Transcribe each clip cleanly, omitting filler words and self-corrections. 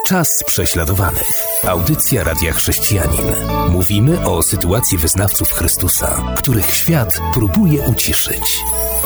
Czas prześladowanych. Audycja Radia Chrześcijanin. Mówimy o sytuacji wyznawców Chrystusa, których świat próbuje uciszyć.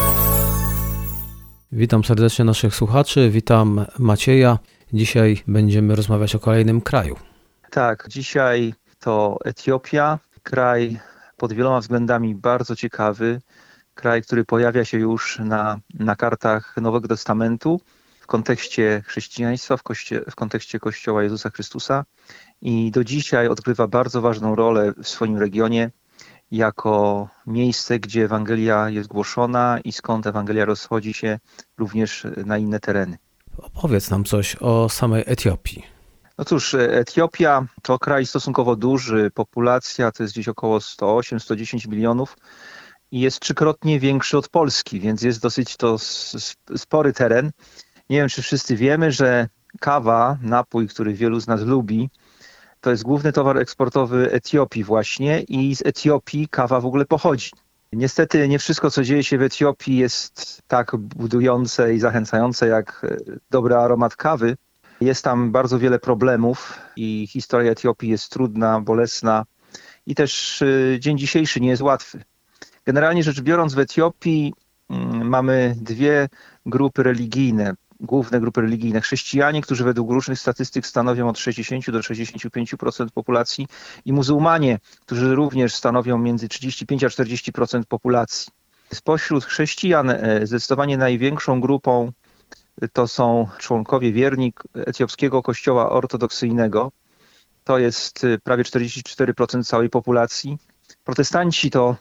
Witam serdecznie naszych słuchaczy, witam Macieja. Dzisiaj będziemy rozmawiać o kolejnym kraju. Tak, dzisiaj to Etiopia, kraj pod wieloma względami bardzo ciekawy, kraj, który pojawia się już na kartach Nowego Testamentu w kontekście chrześcijaństwa, w kontekście Kościoła Jezusa Chrystusa i do dzisiaj odgrywa bardzo ważną rolę w swoim regionie jako miejsce, gdzie Ewangelia jest głoszona i skąd Ewangelia rozchodzi się również na inne tereny. Opowiedz nam coś o samej Etiopii. No cóż, Etiopia to kraj stosunkowo duży, populacja to jest gdzieś około 108-110 milionów i jest trzykrotnie większy od Polski, więc jest dosyć to spory teren. Nie wiem, czy wszyscy wiemy, że kawa, napój, który wielu z nas lubi, to jest główny towar eksportowy Etiopii właśnie i z Etiopii kawa w ogóle pochodzi. Niestety nie wszystko, co dzieje się w Etiopii jest tak budujące i zachęcające jak dobry aromat kawy. Jest tam bardzo wiele problemów i historia Etiopii jest trudna, bolesna i też dzień dzisiejszy nie jest łatwy. Generalnie rzecz biorąc w Etiopii mamy dwie grupy religijne, główne grupy religijne. Chrześcijanie, którzy według różnych statystyk stanowią od 60 do 65% populacji i muzułmanie, którzy również stanowią między 35 a 40% populacji. Spośród chrześcijan zdecydowanie największą grupą to są członkowie wierni etiopskiego kościoła ortodoksyjnego. To jest prawie 44% całej populacji. Protestanci to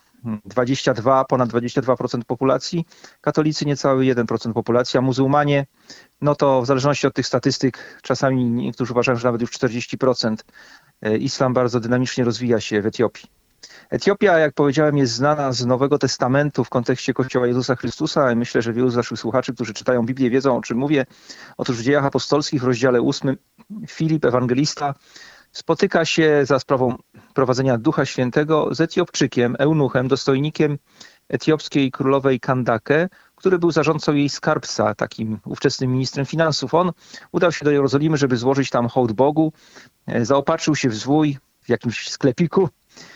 ponad 22% populacji, katolicy niecały 1% populacji, a muzułmanie, no to w zależności od tych statystyk, czasami niektórzy uważają, że nawet już 40%. Islam bardzo dynamicznie rozwija się w Etiopii. Etiopia, jak powiedziałem, jest znana z Nowego Testamentu w kontekście Kościoła Jezusa Chrystusa i myślę, że wielu z naszych słuchaczy, którzy czytają Biblię, wiedzą, o czym mówię. Otóż w Dziejach Apostolskich w rozdziale 8 Filip, ewangelista, spotyka się za sprawą prowadzenia Ducha Świętego z Etiopczykiem, eunuchem, dostojnikiem etiopskiej królowej Kandake, który był zarządcą jej skarbca, takim ówczesnym ministrem finansów. On udał się do Jerozolimy, żeby złożyć tam hołd Bogu, zaopatrzył się w zwój w jakimś sklepiku,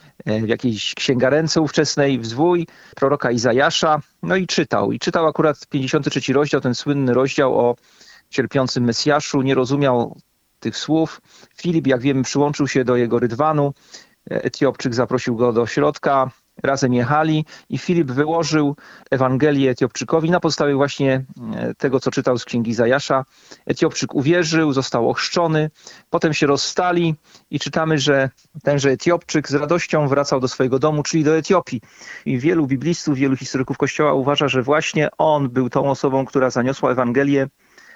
w jakiejś księgarence ówczesnej, w zwój proroka Izajasza, no i czytał. I czytał akurat 53 rozdział, ten słynny rozdział o cierpiącym Mesjaszu, nie rozumiał tych słów. Filip, jak wiemy, przyłączył się do jego rydwanu. Etiopczyk zaprosił go do środka, razem jechali i Filip wyłożył Ewangelię Etiopczykowi na podstawie właśnie tego, co czytał z księgi Izajasza. Etiopczyk uwierzył, został ochrzczony, potem się rozstali i czytamy, że tenże Etiopczyk z radością wracał do swojego domu, czyli do Etiopii. I wielu biblistów, wielu historyków Kościoła uważa, że właśnie on był tą osobą, która zaniosła Ewangelię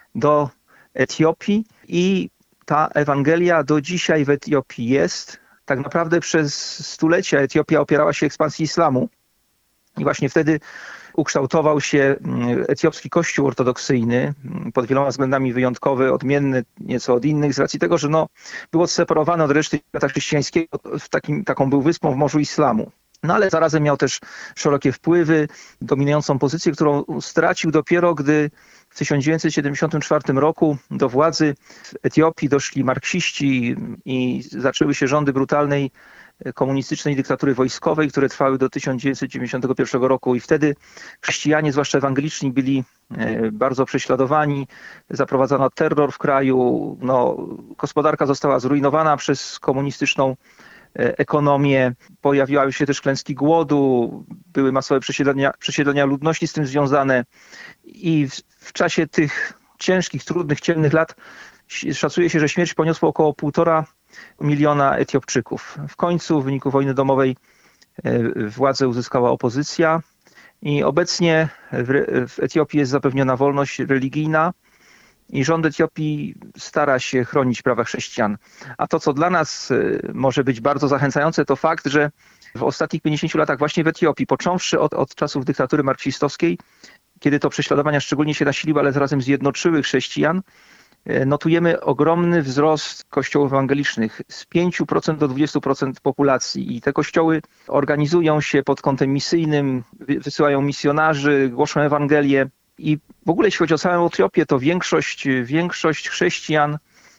do Etiopii i ta Ewangelia do dzisiaj w Etiopii jest. Tak naprawdę przez stulecia Etiopia opierała się ekspansji islamu i właśnie wtedy ukształtował się etiopski kościół ortodoksyjny, pod wieloma względami wyjątkowy, odmienny nieco od innych, z racji tego, że był odseparowany od reszty świata chrześcijańskiego, taką był wyspą w morzu islamu. No ale zarazem miał też szerokie wpływy, dominującą pozycję, którą stracił dopiero, gdy w 1974 roku do władzy w Etiopii doszli marksiści i zaczęły się rządy brutalnej komunistycznej dyktatury wojskowej, które trwały do 1991 roku i wtedy chrześcijanie, zwłaszcza ewangeliczni, byli bardzo prześladowani, zaprowadzono terror w kraju, gospodarka została zrujnowana przez komunistyczną ekonomię, pojawiały się też klęski głodu, były masowe przesiedlenia ludności z tym związane i w czasie tych ciężkich, trudnych, ciemnych lat szacuje się, że śmierć poniosło około 1,5 miliona Etiopczyków. W końcu w wyniku wojny domowej władzę uzyskała opozycja i obecnie w Etiopii jest zapewniona wolność religijna i rząd Etiopii stara się chronić prawa chrześcijan. A to, co dla nas może być bardzo zachęcające, to fakt, że w ostatnich 50 latach właśnie w Etiopii, począwszy od czasów dyktatury marksistowskiej, kiedy to prześladowania szczególnie się nasiliły, ale zarazem zjednoczyły chrześcijan, notujemy ogromny wzrost kościołów ewangelicznych z 5% do 20% populacji i te kościoły organizują się pod kątem misyjnym, wysyłają misjonarzy, głoszą Ewangelię i w ogóle jeśli chodzi o całą Etiopię, to większość chrześcijan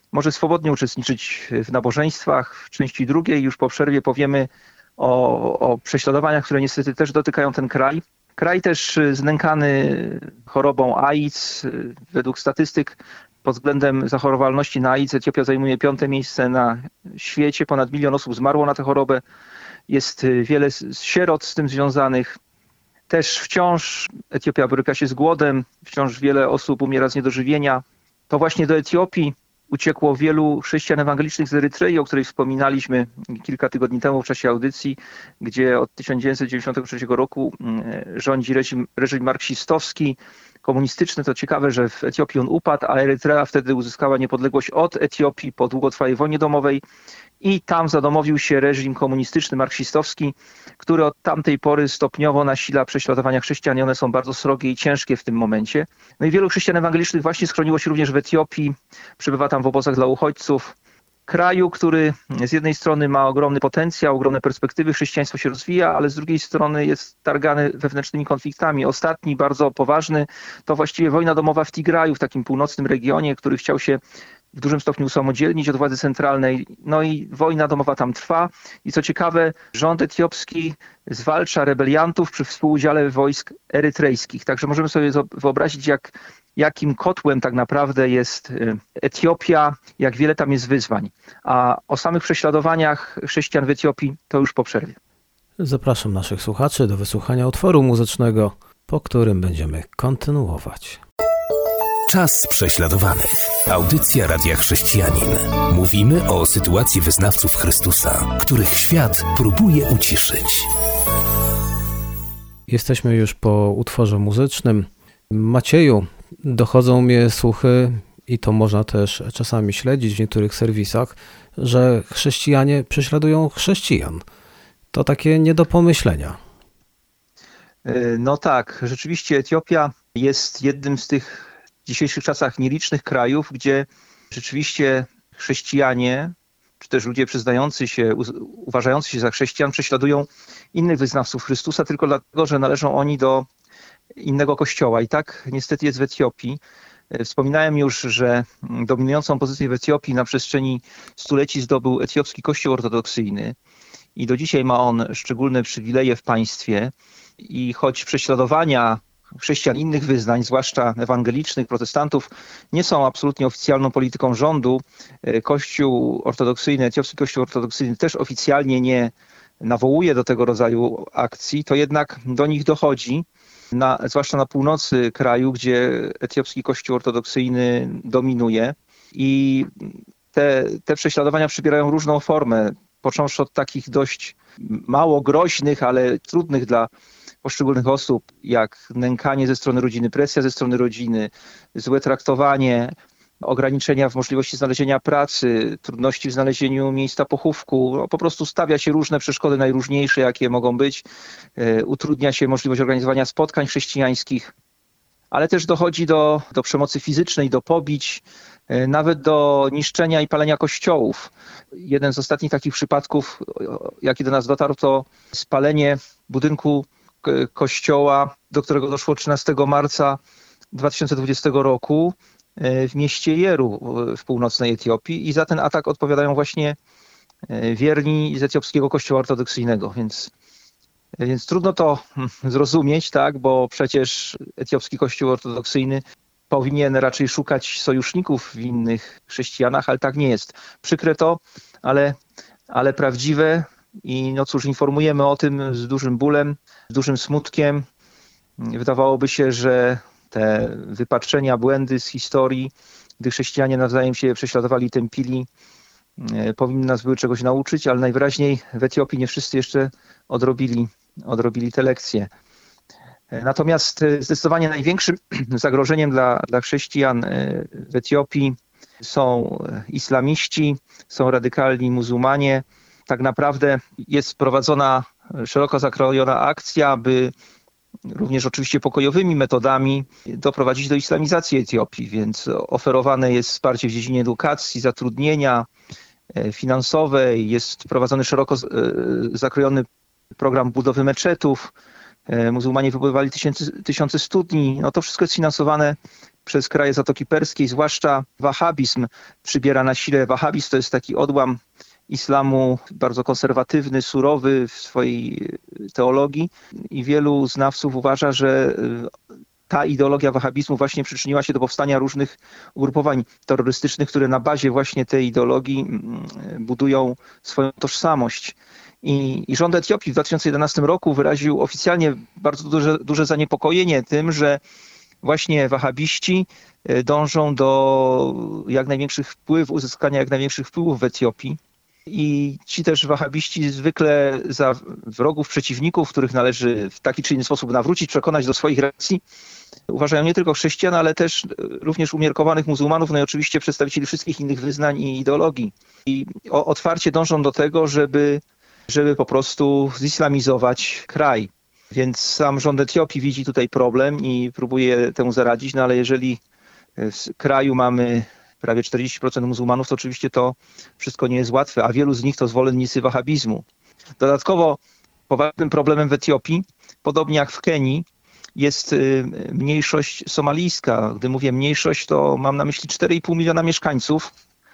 może swobodnie uczestniczyć w nabożeństwach. W części drugiej już po przerwie powiemy o prześladowaniach, które niestety też dotykają ten kraj. Kraj też znękany chorobą AIDS. Według statystyk pod względem zachorowalności na AIDS Etiopia zajmuje 5. miejsce na świecie. Ponad 1 milion osób zmarło na tę chorobę. Jest wiele sierot z tym związanych. Też wciąż Etiopia boryka się z głodem. Wciąż wiele osób umiera z niedożywienia. To właśnie do Etiopii uciekło wielu chrześcijan ewangelicznych z Erytrei, o której wspominaliśmy kilka tygodni temu w czasie audycji, gdzie od 1993 roku rządzi reżim marksistowski, komunistyczny. To ciekawe, że w Etiopii on upadł, a Erytrea wtedy uzyskała niepodległość od Etiopii po długotrwałej wojnie domowej i tam zadomowił się reżim komunistyczny, marksistowski, który od tamtej pory stopniowo nasila prześladowania chrześcijan i one są bardzo srogie i ciężkie w tym momencie. No i wielu chrześcijan ewangelicznych właśnie schroniło się również w Etiopii, przebywa tam w obozach dla uchodźców. Kraju, który z jednej strony ma ogromny potencjał, ogromne perspektywy, chrześcijaństwo się rozwija, ale z drugiej strony jest targany wewnętrznymi konfliktami. Ostatni, bardzo poważny, to właściwie wojna domowa w Tigraju, w takim północnym regionie, który chciał się w dużym stopniu usamodzielnić od władzy centralnej. No i wojna domowa tam trwa. I co ciekawe, rząd etiopski zwalcza rebeliantów przy współudziale wojsk erytrejskich. Także możemy sobie wyobrazić, jakim kotłem tak naprawdę jest Etiopia, jak wiele tam jest wyzwań. A o samych prześladowaniach chrześcijan w Etiopii to już po przerwie. Zapraszam naszych słuchaczy do wysłuchania utworu muzycznego, po którym będziemy kontynuować. Czas prześladowanych. Audycja Radia Chrześcijanin. Mówimy o sytuacji wyznawców Chrystusa, których świat próbuje uciszyć. Jesteśmy już po utworze muzycznym. Macieju, dochodzą mnie słuchy, i to można też czasami śledzić w niektórych serwisach, że chrześcijanie prześladują chrześcijan. To takie nie do pomyślenia. No tak, rzeczywiście Etiopia jest jednym z tych w dzisiejszych czasach nielicznych krajów, gdzie rzeczywiście chrześcijanie, czy też ludzie uważający się za chrześcijan, prześladują innych wyznawców Chrystusa tylko dlatego, że należą oni do innego kościoła. I tak niestety jest w Etiopii. Wspominałem już, że dominującą pozycję w Etiopii na przestrzeni stuleci zdobył etiopski kościół ortodoksyjny i do dzisiaj ma on szczególne przywileje w państwie. I choć prześladowania chrześcijan innych wyznań, zwłaszcza ewangelicznych, protestantów, nie są absolutnie oficjalną polityką rządu, Kościół ortodoksyjny, etiopski Kościół ortodoksyjny też oficjalnie nie nawołuje do tego rodzaju akcji, to jednak do nich dochodzi, zwłaszcza na północy kraju, gdzie etiopski Kościół ortodoksyjny dominuje i te prześladowania przybierają różną formę, począwszy od takich dość mało groźnych, ale trudnych dla poszczególnych osób, jak nękanie ze strony rodziny, presja ze strony rodziny, złe traktowanie, ograniczenia w możliwości znalezienia pracy, trudności w znalezieniu miejsca pochówku. No, po prostu stawia się różne przeszkody, najróżniejsze, jakie mogą być. Utrudnia się możliwość organizowania spotkań chrześcijańskich, ale też dochodzi do przemocy fizycznej, do pobić, nawet do niszczenia i palenia kościołów. Jeden z ostatnich takich przypadków, jaki do nas dotarł, to spalenie budynku kościoła, do którego doszło 13 marca 2020 roku w mieście Jeru w północnej Etiopii i za ten atak odpowiadają właśnie wierni z etiopskiego kościoła ortodoksyjnego, więc trudno to zrozumieć, tak, bo przecież etiopski kościół ortodoksyjny powinien raczej szukać sojuszników w innych chrześcijanach, ale tak nie jest. Przykre to, ale prawdziwe i no cóż, informujemy o tym z dużym bólem, z dużym smutkiem. Wydawałoby się, że te wypaczenia, błędy z historii, gdy chrześcijanie nawzajem się prześladowali i tępili, powinny nas były czegoś nauczyć, ale najwyraźniej w Etiopii nie wszyscy jeszcze odrobili te lekcje. Natomiast zdecydowanie największym zagrożeniem dla chrześcijan w Etiopii są islamiści, są radykalni muzułmanie. Tak naprawdę jest prowadzona szeroko zakrojona akcja, by również oczywiście pokojowymi metodami doprowadzić do islamizacji Etiopii, więc oferowane jest wsparcie w dziedzinie edukacji, zatrudnienia finansowej, jest prowadzony szeroko zakrojony program budowy meczetów, muzułmanie wybudowali tysiące studni. No to wszystko jest finansowane przez kraje Zatoki Perskiej, zwłaszcza wahabizm przybiera na sile. Wahabizm to jest taki odłam islamu bardzo konserwatywny, surowy w swojej teologii i wielu znawców uważa, że ta ideologia wahabizmu właśnie przyczyniła się do powstania różnych ugrupowań terrorystycznych, które na bazie właśnie tej ideologii budują swoją tożsamość. I rząd Etiopii w 2011 roku wyraził oficjalnie bardzo duże zaniepokojenie tym, że właśnie wahabiści dążą do uzyskania jak największych wpływów w Etiopii. I ci też wahabiści zwykle za wrogów, przeciwników, których należy w taki czy inny sposób nawrócić, przekonać do swoich racji, uważają nie tylko chrześcijan, ale też również umiarkowanych muzułmanów, no i oczywiście przedstawicieli wszystkich innych wyznań i ideologii. I otwarcie dążą do tego, żeby po prostu zislamizować kraj. Więc sam rząd Etiopii widzi tutaj problem i próbuje temu zaradzić, no ale jeżeli w kraju mamy prawie 40% muzułmanów, to oczywiście to wszystko nie jest łatwe, a wielu z nich to zwolennicy wahabizmu. Dodatkowo poważnym problemem w Etiopii, podobnie jak w Kenii, jest mniejszość somalijska. Gdy mówię mniejszość, to mam na myśli 4,5 miliona mieszkańców,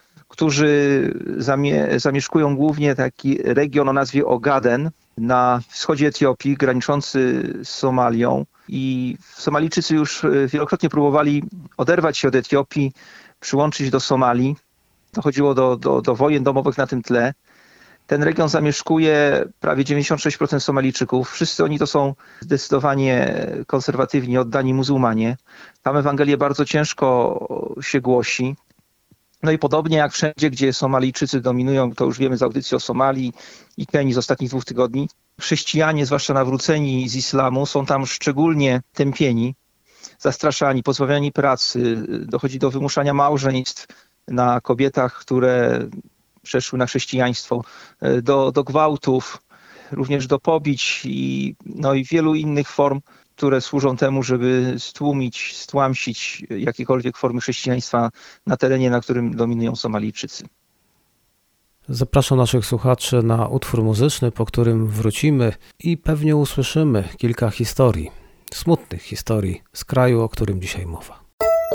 którzy zamieszkują głównie taki region o nazwie Ogaden na wschodzie Etiopii, graniczący z Somalią. I Somalijczycy już wielokrotnie próbowali oderwać się od Etiopii, przyłączyć do Somalii. Dochodziło do wojen domowych na tym tle. Ten region zamieszkuje prawie 96% Somalijczyków. Wszyscy oni to są zdecydowanie konserwatywni, oddani muzułmanie. Tam Ewangelię bardzo ciężko się głosi. No i podobnie jak wszędzie, gdzie Somalijczycy dominują, to już wiemy z audycji o Somalii i Kenii z ostatnich 2 tygodni, chrześcijanie, zwłaszcza nawróceni z islamu, są tam szczególnie tępieni, zastraszani, pozbawiani pracy. Dochodzi do wymuszania małżeństw na kobietach, które przeszły na chrześcijaństwo, do gwałtów, również do pobić i wielu innych form, które służą temu, żeby stłamsić jakiekolwiek formy chrześcijaństwa na terenie, na którym dominują Somalijczycy. Zapraszam naszych słuchaczy na utwór muzyczny, po którym wrócimy i pewnie usłyszymy kilka historii, smutnych historii z kraju, o którym dzisiaj mowa.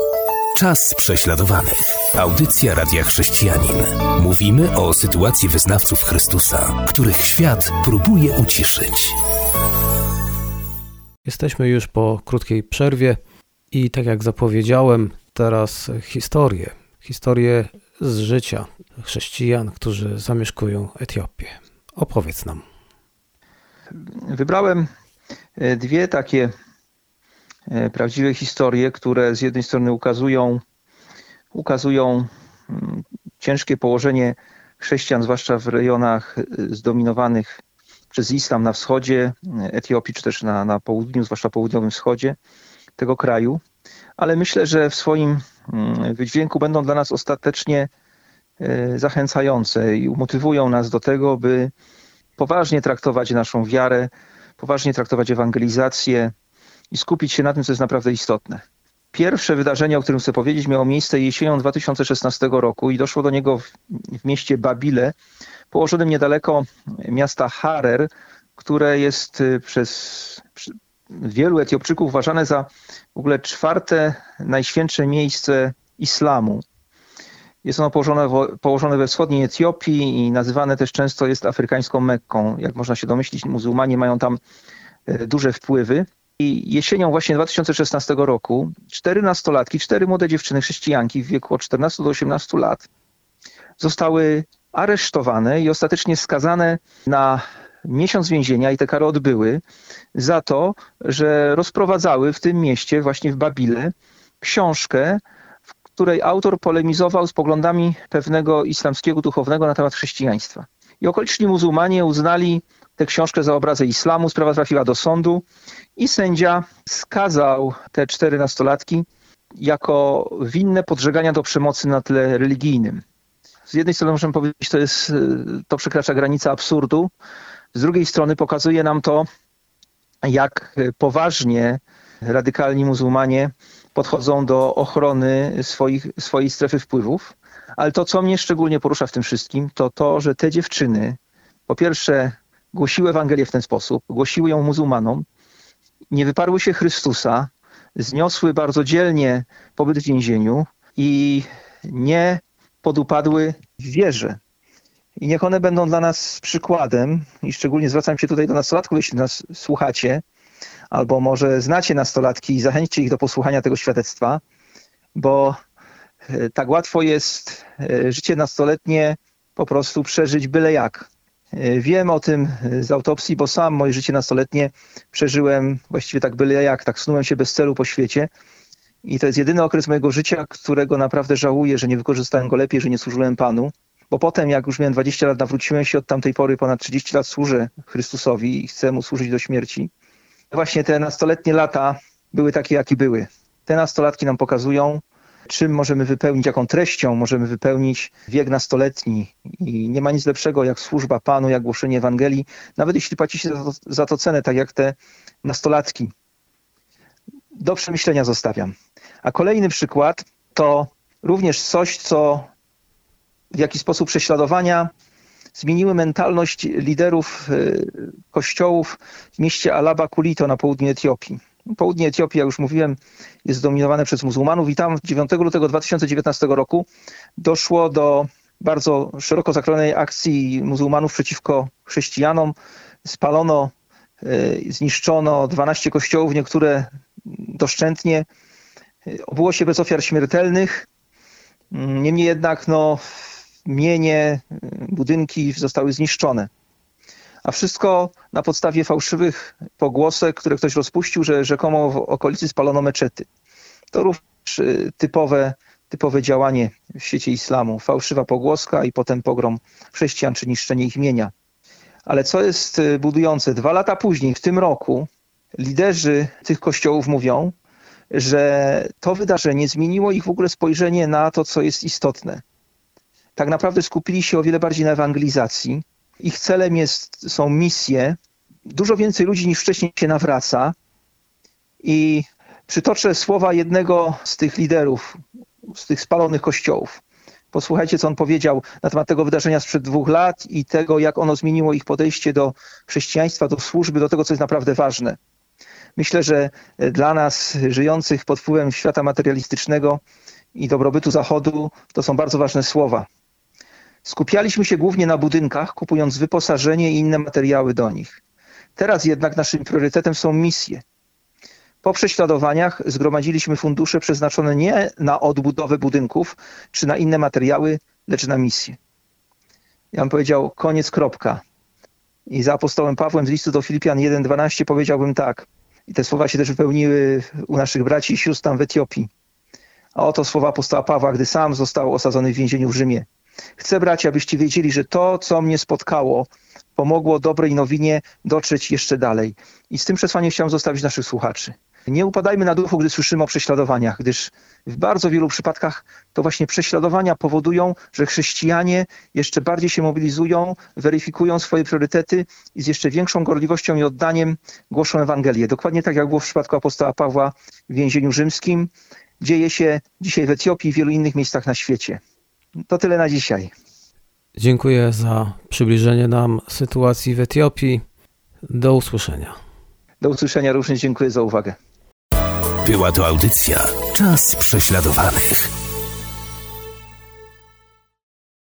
Czas prześladowanych. Audycja Radia Chrześcijanin. Mówimy o sytuacji wyznawców Chrystusa, których świat próbuje uciszyć. Jesteśmy już po krótkiej przerwie i tak jak zapowiedziałem, teraz historie z życia chrześcijan, którzy zamieszkują Etiopię. Opowiedz nam. Wybrałem 2 takie prawdziwe historie, które z jednej strony ukazują ciężkie położenie chrześcijan, zwłaszcza w rejonach zdominowanych przez islam na wschodzie Etiopii, czy też na południu, zwłaszcza południowym wschodzie tego kraju. Ale myślę, że w swoim wydźwięku będą dla nas ostatecznie zachęcające i umotywują nas do tego, by poważnie traktować naszą wiarę, poważnie traktować ewangelizację i skupić się na tym, co jest naprawdę istotne. Pierwsze wydarzenie, o którym chcę powiedzieć, miało miejsce jesienią 2016 roku i doszło do niego w mieście Babile, położonym niedaleko miasta Harer, które jest przez wielu Etiopczyków uważane za w ogóle 4. najświętsze miejsce islamu. Jest ono położone we wschodniej Etiopii i nazywane też często jest afrykańską Mekką. Jak można się domyślić, muzułmanie mają tam duże wpływy. I jesienią właśnie 2016 roku 4 nastolatki, 4 młode dziewczyny chrześcijanki w wieku od 14 do 18 lat zostały aresztowane i ostatecznie skazane na miesiąc więzienia i te kary odbyły za to, że rozprowadzały w tym mieście, właśnie w Babile, książkę, w której autor polemizował z poglądami pewnego islamskiego duchownego na temat chrześcijaństwa. I okoliczni muzułmanie uznali tę książkę za obrazę islamu, sprawa trafiła do sądu i sędzia skazał te 4 nastolatki jako winne podżegania do przemocy na tle religijnym. Z jednej strony możemy powiedzieć, to przekracza granicę absurdu, z drugiej strony pokazuje nam to, jak poważnie radykalni muzułmanie podchodzą do ochrony swojej strefy wpływów. Ale to, co mnie szczególnie porusza w tym wszystkim, to to, że te dziewczyny po pierwsze głosiły Ewangelię w ten sposób, głosiły ją muzułmanom, nie wyparły się Chrystusa, zniosły bardzo dzielnie pobyt w więzieniu i nie podupadły w wierze. I niech one będą dla nas przykładem, i szczególnie zwracam się tutaj do nastolatków, jeśli nas słuchacie, albo może znacie nastolatki i zachęćcie ich do posłuchania tego świadectwa, bo tak łatwo jest życie nastoletnie po prostu przeżyć byle jak. Wiem o tym z autopsji, bo sam moje życie nastoletnie przeżyłem właściwie tak byle jak, tak snułem się bez celu po świecie. I to jest jedyny okres mojego życia, którego naprawdę żałuję, że nie wykorzystałem go lepiej, że nie służyłem Panu. Bo potem, jak już miałem 20 lat, nawróciłem się, od tamtej pory ponad 30 lat służę Chrystusowi i chcę Mu służyć do śmierci. Właśnie te nastoletnie lata były takie, jakie były. Te nastolatki nam pokazują, czym możemy wypełnić, jaką treścią możemy wypełnić wiek nastoletni. I nie ma nic lepszego jak służba Panu, jak głoszenie Ewangelii, nawet jeśli płaci się za to cenę, tak jak te nastolatki. Do przemyślenia zostawiam. A kolejny przykład to również coś, co w jaki sposób prześladowania zmieniły mentalność liderów kościołów w mieście Alaba Kulito na południu Etiopii. Południe Etiopii, jak już mówiłem, jest zdominowane przez muzułmanów i tam 9 lutego 2019 roku doszło do bardzo szeroko zakrojonej akcji muzułmanów przeciwko chrześcijanom. Spalono, zniszczono 12 kościołów, niektóre doszczętnie. Obyło się bez ofiar śmiertelnych. Niemniej jednak mienie, budynki zostały zniszczone. A wszystko na podstawie fałszywych pogłosek, które ktoś rozpuścił, że rzekomo w okolicy spalono meczety. To również typowe działanie w świecie islamu. Fałszywa pogłoska i potem pogrom chrześcijan czy niszczenie ich mienia. Ale co jest budujące? 2 lata później, w tym roku, liderzy tych kościołów mówią, że to wydarzenie zmieniło ich w ogóle spojrzenie na to, co jest istotne. Tak naprawdę skupili się o wiele bardziej na ewangelizacji. Ich celem są misje. Dużo więcej ludzi niż wcześniej się nawraca. I przytoczę słowa jednego z tych liderów, z tych spalonych kościołów. Posłuchajcie, co on powiedział na temat tego wydarzenia sprzed 2 lat i tego, jak ono zmieniło ich podejście do chrześcijaństwa, do służby, do tego, co jest naprawdę ważne. Myślę, że dla nas żyjących pod wpływem świata materialistycznego i dobrobytu Zachodu to są bardzo ważne słowa. Skupialiśmy się głównie na budynkach, kupując wyposażenie i inne materiały do nich. Teraz jednak naszym priorytetem są misje. Po prześladowaniach zgromadziliśmy fundusze przeznaczone nie na odbudowę budynków czy na inne materiały, lecz na misje. Ja bym powiedział, koniec, kropka. I za apostołem Pawłem z listu do Filipian 1:12 powiedziałbym tak. I te słowa się też wypełniły u naszych braci i sióstr tam w Etiopii. A oto słowa apostoła Pawła, gdy sam został osadzony w więzieniu w Rzymie. Chcę, bracia, abyście wiedzieli, że to, co mnie spotkało, pomogło dobrej nowinie dotrzeć jeszcze dalej. I z tym przesłaniem chciałem zostawić naszych słuchaczy. Nie upadajmy na duchu, gdy słyszymy o prześladowaniach, gdyż w bardzo wielu przypadkach to właśnie prześladowania powodują, że chrześcijanie jeszcze bardziej się mobilizują, weryfikują swoje priorytety i z jeszcze większą gorliwością i oddaniem głoszą Ewangelię. Dokładnie tak, jak było w przypadku apostoła Pawła w więzieniu rzymskim. Dzieje się dzisiaj w Etiopii i w wielu innych miejscach na świecie. To tyle na dzisiaj. Dziękuję za przybliżenie nam sytuacji w Etiopii. Do usłyszenia. Do usłyszenia, również dziękuję za uwagę. Była to audycja Czas prześladowanych.